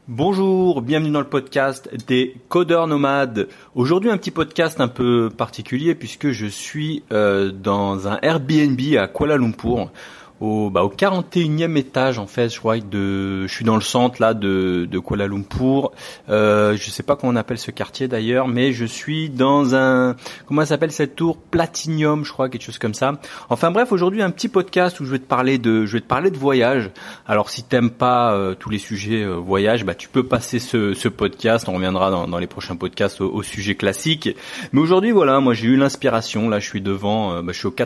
Bonjour, bienvenue dans le podcast des codeurs nomades. Aujourd'hui un petit podcast un peu particulier puisque je suis dans un Airbnb à Kuala Lumpur. Au 41e étage en fait, je suis dans le centre là de Kuala Lumpur. Je sais pas comment on appelle ce quartier d'ailleurs, mais je suis dans comment s'appelle cette tour, Platinum, je crois, quelque chose comme ça. Enfin bref, aujourd'hui un petit podcast où je vais te parler de voyage. Alors si t'aimes pas tous les sujets voyage, tu peux passer ce podcast. On reviendra dans les prochains podcasts au sujet classique. Mais aujourd'hui voilà, moi j'ai eu l'inspiration. Là, je suis devant, je suis au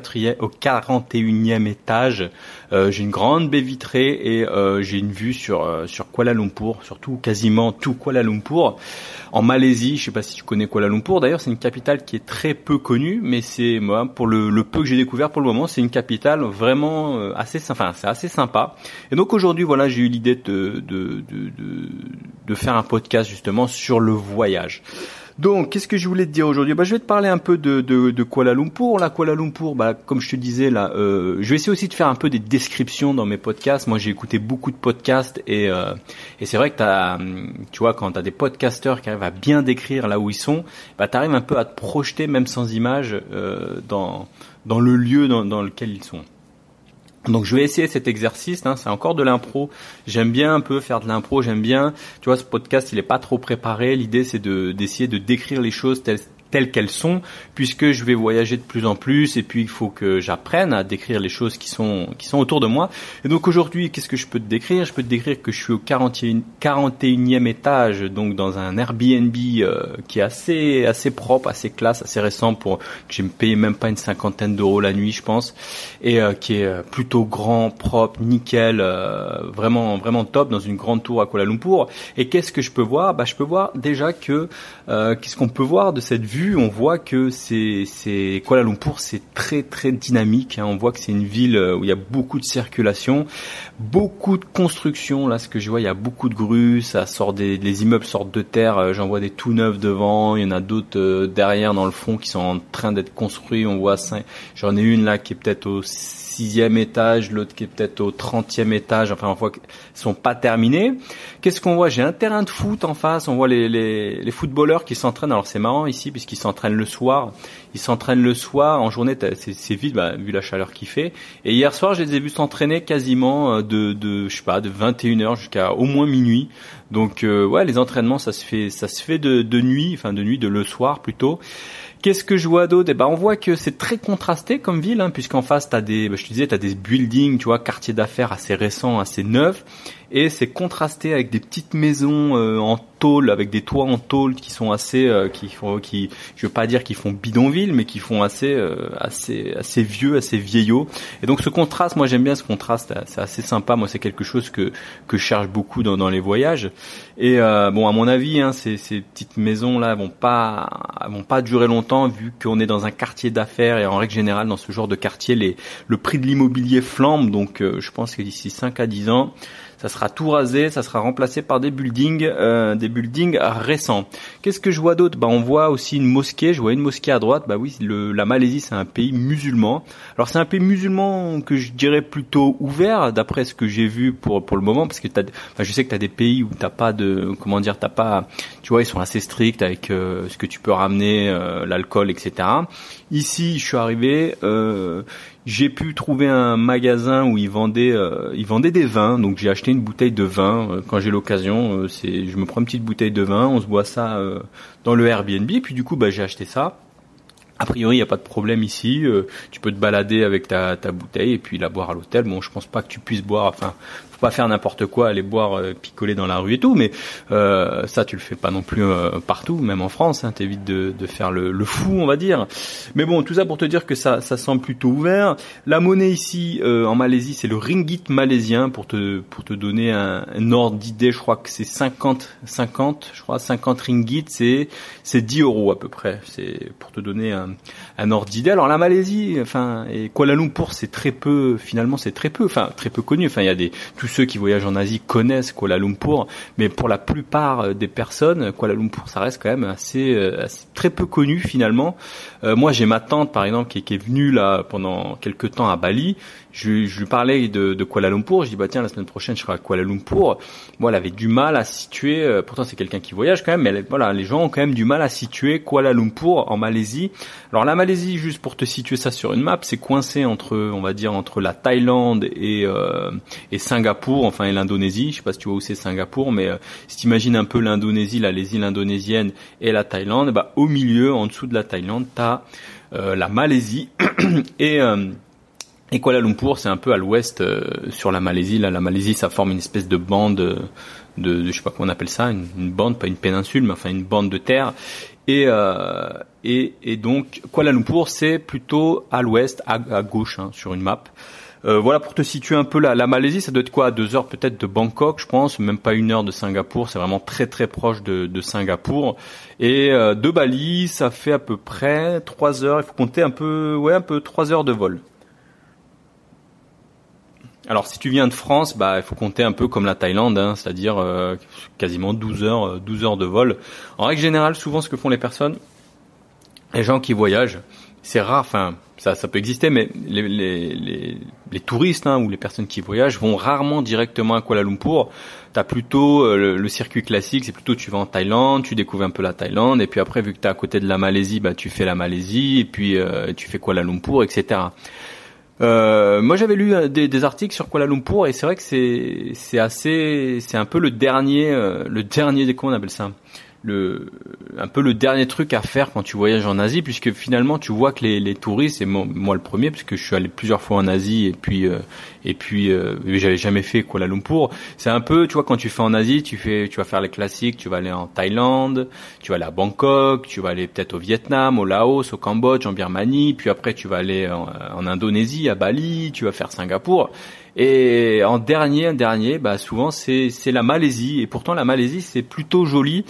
41e étage. J'ai une grande baie vitrée et j'ai une vue sur Kuala Lumpur, surtout quasiment tout Kuala Lumpur. En Malaisie, je sais pas si tu connais Kuala Lumpur. D'ailleurs, c'est une capitale qui est très peu connue, mais c'est moi pour le peu que j'ai découvert pour le moment, c'est une capitale vraiment assez sympa. Et donc aujourd'hui, voilà, j'ai eu l'idée de faire un podcast justement sur le voyage. Donc, qu'est-ce que je voulais te dire aujourd'hui ? Je vais te parler un peu de Kuala Lumpur. Là, Kuala Lumpur, comme je te disais, là, je vais essayer aussi de faire un peu des descriptions dans mes podcasts. Moi, j'ai écouté beaucoup de podcasts et c'est vrai que tu vois, quand t'as des podcasteurs qui arrivent à bien décrire là où ils sont, t'arrives un peu à te projeter, même sans images, dans le lieu dans lequel ils sont. Donc je vais essayer cet exercice, c'est encore de l'impro. J'aime bien un peu faire de l'impro, j'aime bien, tu vois, ce podcast il est pas trop préparé. L'idée c'est d'essayer de décrire les choses telles qu'elles sont, puisque je vais voyager de plus en plus et puis il faut que j'apprenne à décrire les choses qui sont autour de moi. Et donc aujourd'hui, qu'est-ce que je peux te décrire ? Je peux te décrire que je suis au 41e étage, donc dans un Airbnb qui est assez propre, assez classe, assez récent pour que j'ai payé même pas une 50aine d'euros la nuit, je pense, et qui est plutôt grand, propre, nickel, vraiment vraiment top dans une grande tour à Kuala Lumpur. Et qu'est-ce que je peux voir ? Je peux voir déjà que qu'est-ce qu'on peut voir de cette vue ? On voit que c'est Kuala Lumpur, c'est très très dynamique. On voit que c'est une ville où il y a beaucoup de circulation, beaucoup de construction. Là, ce que je vois, il y a beaucoup de grues. Ça sort les immeubles sortent de terre. J'en vois des tout neufs devant. Il y en a d'autres derrière dans le fond qui sont en train d'être construits. On voit j'en ai une là qui est peut-être au 6e étage, l'autre qui est peut-être au 30e étage, enfin on voit qu'ils sont pas terminés. Qu'est-ce qu'on voit ? J'ai un terrain de foot en face, on voit les footballeurs qui s'entraînent. Alors c'est marrant ici puisqu'ils s'entraînent le soir. Ils s'entraînent le soir, en journée c'est vide vu la chaleur qu'il fait. Et hier soir, je les ai vus s'entraîner quasiment de 21h jusqu'à au moins minuit. Donc les entraînements ça se fait de nuit, de le soir plutôt. Qu'est-ce que je vois d'autre ? On voit que c'est très contrasté comme ville, puisqu'en face t'as des buildings, tu vois, quartiers d'affaires assez récents, assez neufs, et c'est contrasté avec des petites maisons en tôle, avec des toits en tôle qui sont assez, je veux pas dire qu'ils font bidonville, mais qui font assez vieux, assez vieillots. Et donc ce contraste, moi j'aime bien ce contraste, c'est assez sympa. Moi c'est quelque chose que je cherche beaucoup dans les voyages. Et à mon avis, ces petites maisons là vont pas durer longtemps vu qu'on est dans un quartier d'affaires et en règle générale dans ce genre de quartier le prix de l'immobilier flambe. Donc je pense que d'ici 5 à 10 ans ça sera tout rasé, ça sera remplacé par des buildings récents. Qu'est-ce que je vois d'autre ? On voit aussi une mosquée. Je vois une mosquée à droite. Oui, la Malaisie, c'est un pays musulman. Alors c'est un pays musulman que je dirais plutôt ouvert, d'après ce que j'ai vu pour le moment, parce que je sais que t'as des pays où t'as pas, tu vois, ils sont assez stricts avec ce que tu peux ramener, l'alcool, etc. Ici, je suis arrivé. J'ai pu trouver un magasin où ils vendaient des vins, donc j'ai acheté une bouteille de vin quand j'ai l'occasion. Je me prends une petite bouteille de vin, on se boit ça dans le Airbnb, et puis du coup j'ai acheté ça. A priori, il n'y a pas de problème ici. Tu peux te balader avec ta bouteille et puis la boire à l'hôtel. Je pense pas que tu puisses boire. Faut pas faire n'importe quoi, aller boire, picoler dans la rue et tout. Mais ça, tu le fais pas non plus partout, même en France. T'évites de faire le fou, on va dire. Mais bon, tout ça pour te dire que ça semble plutôt ouvert. La monnaie ici en Malaisie, c'est le ringgit malaisien pour te donner un ordre d'idée. Je crois que c'est 50 ringgit, c'est 10 euros à peu près. C'est pour te donner un ordre d'idée. Alors la Malaisie, et Kuala Lumpur, c'est très peu connu. Il y a tous ceux qui voyagent en Asie connaissent Kuala Lumpur, mais pour la plupart des personnes, Kuala Lumpur, ça reste quand même assez très peu connu finalement. Moi, j'ai ma tante par exemple qui est venue là pendant quelques temps à Bali. je lui parlais de Kuala Lumpur. Je dis tiens, la semaine prochaine je serai à Kuala Lumpur. Moi, elle avait du mal à situer. Pourtant, c'est quelqu'un qui voyage quand même, mais les gens ont quand même du mal à situer Kuala Lumpur en Malaisie. Alors la Malaisie, juste pour te situer ça sur une map, c'est coincé entre la Thaïlande et Singapour, enfin et l'Indonésie. Je sais pas si tu vois où c'est Singapour, mais si tu imagines un peu l'Indonésie, là, les îles indonésiennes et la Thaïlande, au milieu, en dessous de la Thaïlande, t'as la Malaisie et Kuala Lumpur, c'est un peu à l'ouest sur la Malaisie. Là, la Malaisie, ça forme une espèce de bande de je sais pas comment on appelle ça, une bande, pas une péninsule, mais enfin une bande de terre. Et donc Kuala Lumpur, c'est plutôt à l'ouest, à gauche, sur une map. Voilà, pour te situer un peu la Malaisie, ça doit être quoi, 2 heures peut-être de Bangkok, je pense, même pas 1 heure de Singapour. C'est vraiment très très proche de Singapour. Et de Bali, ça fait à peu près 3 heures. Il faut compter un peu 3 heures de vol. Alors si tu viens de France, il faut compter un peu comme la Thaïlande, c'est-à-dire quasiment 12 heures de vol. En règle générale, souvent ce que font les gens qui voyagent, c'est rare, enfin ça peut exister, mais les touristes ou les personnes qui voyagent vont rarement directement à Kuala Lumpur. T'as plutôt le circuit classique, c'est plutôt tu vas en Thaïlande, tu découvres un peu la Thaïlande, et puis après vu que t'es à côté de la Malaisie, tu fais la Malaisie, et puis tu fais Kuala Lumpur, etc. Moi j'avais lu des articles sur Kuala Lumpur et c'est vrai que c'est un peu le dernier comment on appelle ça, un peu le dernier truc à faire quand tu voyages en Asie, puisque finalement tu vois que les touristes, et moi le premier, puisque je suis allé plusieurs fois en Asie et puis j'avais jamais fait Kuala Lumpur. C'est un peu, tu vois, quand tu fais en Asie, tu vas faire les classiques, tu vas aller en Thaïlande, tu vas aller à Bangkok, tu vas aller peut-être au Vietnam, au Laos, au Cambodge, en Birmanie, puis après tu vas aller en Indonésie, à Bali, tu vas faire Singapour. Et en dernier, souvent c'est la Malaisie, et pourtant la Malaisie c'est plutôt joli.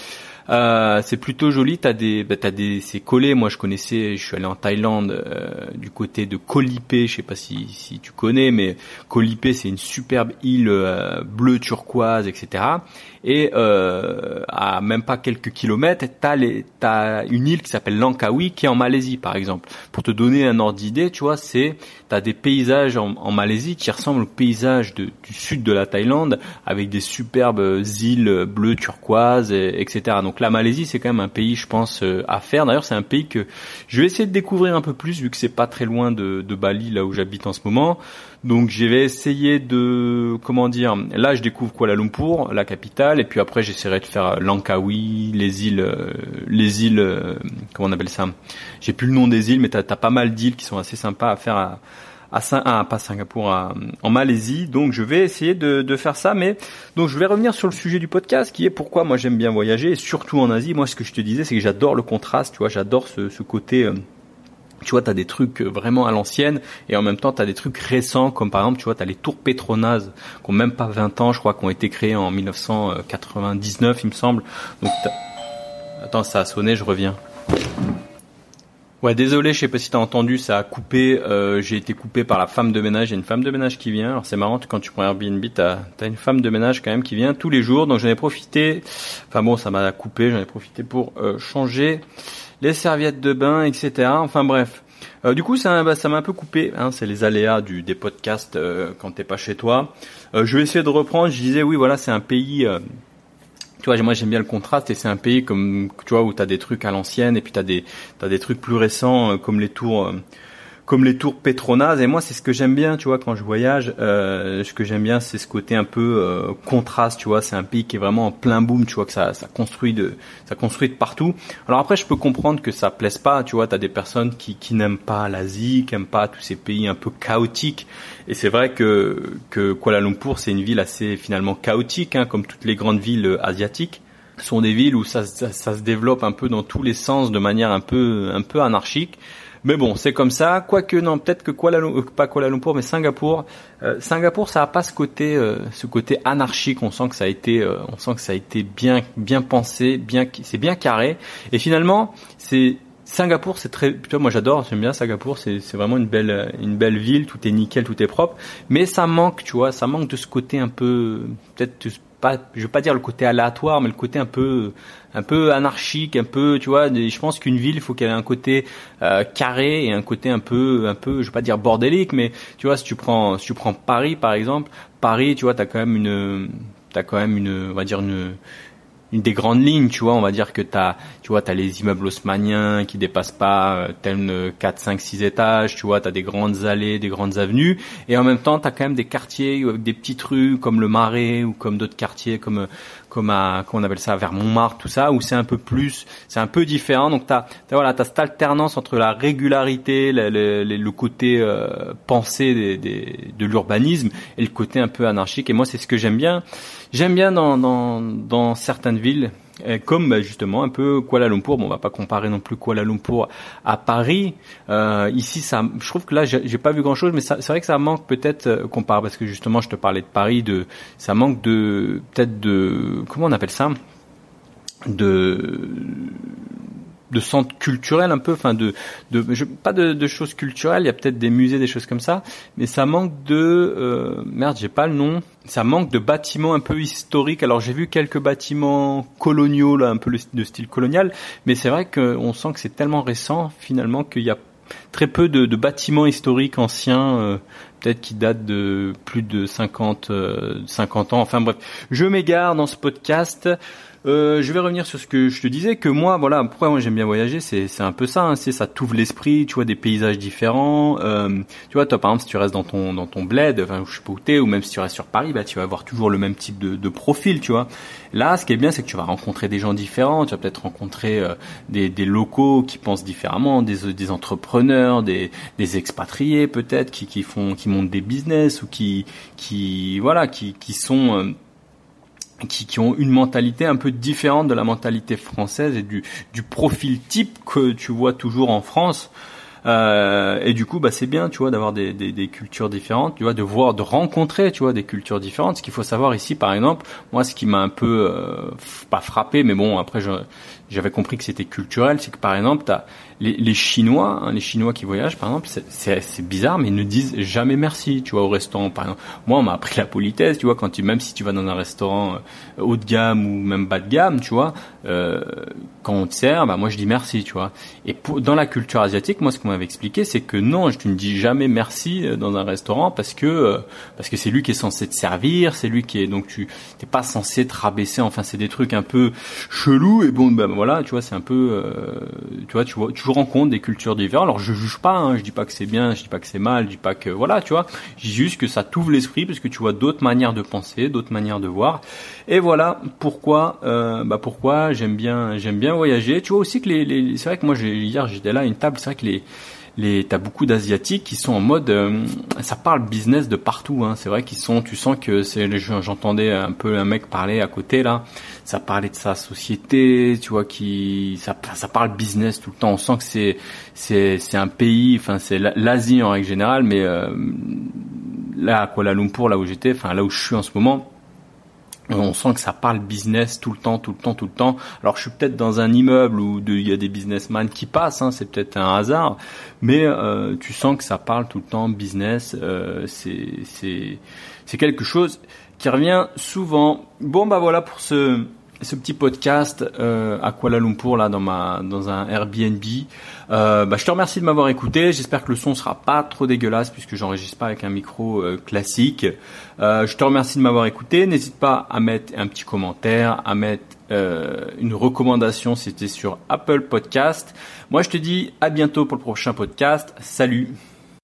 C'est collé. Moi, je suis allé en Thaïlande, du côté de Koh Lipe. Je sais pas si tu connais, mais Koh Lipe, c'est une superbe île bleue turquoise, etc. Et à même pas quelques kilomètres, t'as une île qui s'appelle Langkawi, qui est en Malaisie, par exemple. Pour te donner un ordre d'idée, tu vois, t'as des paysages en Malaisie qui ressemblent aux paysages du sud de la Thaïlande, avec des superbes îles bleues turquoises, etc. Donc la Malaisie, c'est quand même un pays, je pense, à faire. D'ailleurs, c'est un pays que je vais essayer de découvrir un peu plus, vu que c'est pas très loin de Bali, là où j'habite en ce moment. Donc je vais essayer là je découvre Kuala Lumpur, la capitale, et puis après j'essaierai de faire Langkawi, les îles, comment on appelle ça? J'ai plus le nom des îles, mais t'as pas mal d'îles qui sont assez sympas à faire pas Singapour, en Malaisie. Donc je vais essayer de faire ça, mais donc je vais revenir sur le sujet du podcast, qui est pourquoi moi j'aime bien voyager, et surtout en Asie. Moi, ce que je te disais, c'est que j'adore le contraste, tu vois, j'adore ce côté. Tu vois, t'as des trucs vraiment à l'ancienne, et en même temps t'as des trucs récents, comme par exemple, tu vois, t'as les tours Petronas qui ont même pas 20 ans, je crois, qui ont été créées en 1999, il me semble. Donc attends, ça a sonné, je reviens. Ouais, désolé, je sais pas si t'as entendu, ça a coupé. J'ai été coupé par la femme de ménage. Il y a une femme de ménage qui vient. Alors c'est marrant, quand tu prends Airbnb, t'as une femme de ménage quand même qui vient tous les jours. Donc j'en ai profité. Enfin bon, ça m'a coupé. J'en ai profité pour changer les serviettes de bain, etc. Enfin bref. Du coup, ça m'a un peu coupé. C'est les aléas des podcasts quand t'es pas chez toi. Je vais essayer de reprendre. Je disais oui, voilà, c'est un pays. Tu vois, moi j'aime bien le contraste, et c'est un pays comme, tu vois, où t'as des trucs à l'ancienne, et puis t'as des trucs plus récents comme les tours Petronas. Et moi c'est ce que j'aime bien, tu vois, quand je voyage. Ce que j'aime bien, c'est ce côté un peu contraste, tu vois. C'est un pays qui est vraiment en plein boom, tu vois, que ça construit de partout. Alors après, je peux comprendre que ça plaise pas, tu vois. T'as des personnes qui n'aiment pas l'Asie, qui aiment pas tous ces pays un peu chaotiques. Et c'est vrai que Kuala Lumpur, c'est une ville assez finalement chaotique, comme toutes les grandes villes asiatiques. Ce sont des villes où ça se développe un peu dans tous les sens, de manière un peu anarchique. Mais bon, c'est comme ça. Quoique non, peut-être que pas Kuala Lumpur, mais Singapour. Singapour, ça a pas ce côté anarchique. On sent que ça a été bien pensé, c'est bien carré. Et finalement, Singapour, c'est très, tu vois, moi j'aime bien Singapour, c'est vraiment une belle ville, tout est nickel, tout est propre, mais ça manque, tu vois, de ce côté un peu, peut-être je veux pas dire le côté aléatoire, mais le côté un peu anarchique, un peu, tu vois. Je pense qu'une ville, il faut qu'elle ait un côté carré et un côté un peu, je veux pas dire bordélique, mais tu vois, si tu prends Paris par exemple, Paris, tu vois, t'as quand même une, on va dire une des grandes lignes, tu vois, on va dire que t'as les immeubles haussmanniens qui dépassent pas 4, 5, 6 étages, tu vois, t'as des grandes allées, des grandes avenues, et en même temps t'as quand même des quartiers avec des petites rues comme le Marais ou comme d'autres quartiers comment on appelle ça, vers Montmartre, tout ça, où c'est un peu différent. Donc t'as cette alternance entre la régularité, le côté pensé de l'urbanisme et le côté un peu anarchique. Et moi, c'est ce que j'aime bien. J'aime bien dans certaines villes, comme justement un peu Kuala Lumpur. Bon, on va pas comparer non plus Kuala Lumpur à Paris. Ici, je trouve que là, j'ai pas vu grand chose, mais c'est vrai que ça manque peut-être parce que justement, je te parlais de Paris, ça manque peut-être comment on appelle ça, de centres culturels un peu, enfin pas de choses culturelles, il y a peut-être des musées, des choses comme ça, mais ça manque j'ai pas le nom, ça manque de bâtiments un peu historiques. Alors j'ai vu quelques bâtiments coloniaux là, un peu de style colonial, mais c'est vrai qu'on sent que c'est tellement récent finalement qu'il y a très peu de bâtiments historiques anciens, peut-être qui datent de plus de 50 ans. Enfin bref, je m'égare dans ce podcast. Je vais revenir sur ce que je te disais, que moi, voilà, pourquoi moi j'aime bien voyager, c'est un peu ça, hein, ça t'ouvre l'esprit, tu vois des paysages différents. Tu vois, toi par exemple, si tu restes dans ton bled, enfin je sais pas où t'es, ou même si tu restes sur Paris, bah tu vas avoir toujours le même type de profil, tu vois. Là, ce qui est bien, c'est que tu vas rencontrer des gens différents, tu vas peut-être rencontrer des locaux qui pensent différemment, des entrepreneurs, des expatriés peut-être qui montent des business ou qui sont qui ont une mentalité un peu différente de la mentalité française et du profil type que tu vois toujours en France. Et du coup, bah c'est bien, tu vois, d'avoir des cultures différentes, tu vois, de rencontrer, tu vois, des cultures différentes. Ce qu'il faut savoir ici, par exemple, moi, ce qui m'a un peu pas frappé, mais bon, après j'avais compris que c'était culturel, c'est que par exemple, t'as les Chinois, hein, les Chinois qui voyagent, par exemple, c'est bizarre, mais ils ne disent jamais merci, tu vois, au restaurant, par exemple. Moi, on m'a appris la politesse, tu vois, même si tu vas dans un restaurant haut de gamme ou même bas de gamme, tu vois, quand on te sert, bah moi je dis merci, tu vois. Et dans la culture asiatique, moi, ce qu'on m'avait expliqué, c'est que non, tu ne dis jamais merci dans un restaurant parce que c'est lui qui est censé te servir, c'est lui qui est, donc t'es pas censé te rabaisser. Enfin, c'est des trucs un peu chelous. Et bon, ben voilà, tu vois, c'est un peu, tu rencontres des cultures différentes. Alors je juge pas, hein, je dis pas que c'est bien, je dis pas que c'est mal, je dis pas que voilà, tu vois, je dis juste que ça t'ouvre l'esprit parce que tu vois d'autres manières de penser, d'autres manières de voir. Et voilà pourquoi j'aime bien voyager. Tu vois aussi que c'est vrai que moi hier j'étais là à une table, c'est vrai que t'as beaucoup d'asiatiques qui sont en mode ça parle business de partout, hein. C'est vrai tu sens que j'entendais un peu un mec parler à côté là, ça parlait de sa société, tu vois, ça parle business tout le temps. On sent que c'est un pays, enfin c'est l'Asie en règle générale, mais là à Kuala Lumpur, là où j'étais, enfin là où je suis en ce moment, on sent que ça parle business tout le temps. Alors je suis peut-être dans un immeuble où il y a des businessmen qui passent, hein, c'est peut-être un hasard, mais tu sens que ça parle tout le temps business. C'est quelque chose qui revient souvent. Bon bah voilà pour ce petit podcast à Kuala Lumpur là dans un Airbnb. Je te remercie de m'avoir écouté. J'espère que le son sera pas trop dégueulasse puisque j'enregistre pas avec un micro classique. Je te remercie de m'avoir écouté. N'hésite pas à mettre un petit commentaire, à mettre une recommandation si c'était sur Apple Podcast. Moi je te dis à bientôt pour le prochain podcast. Salut.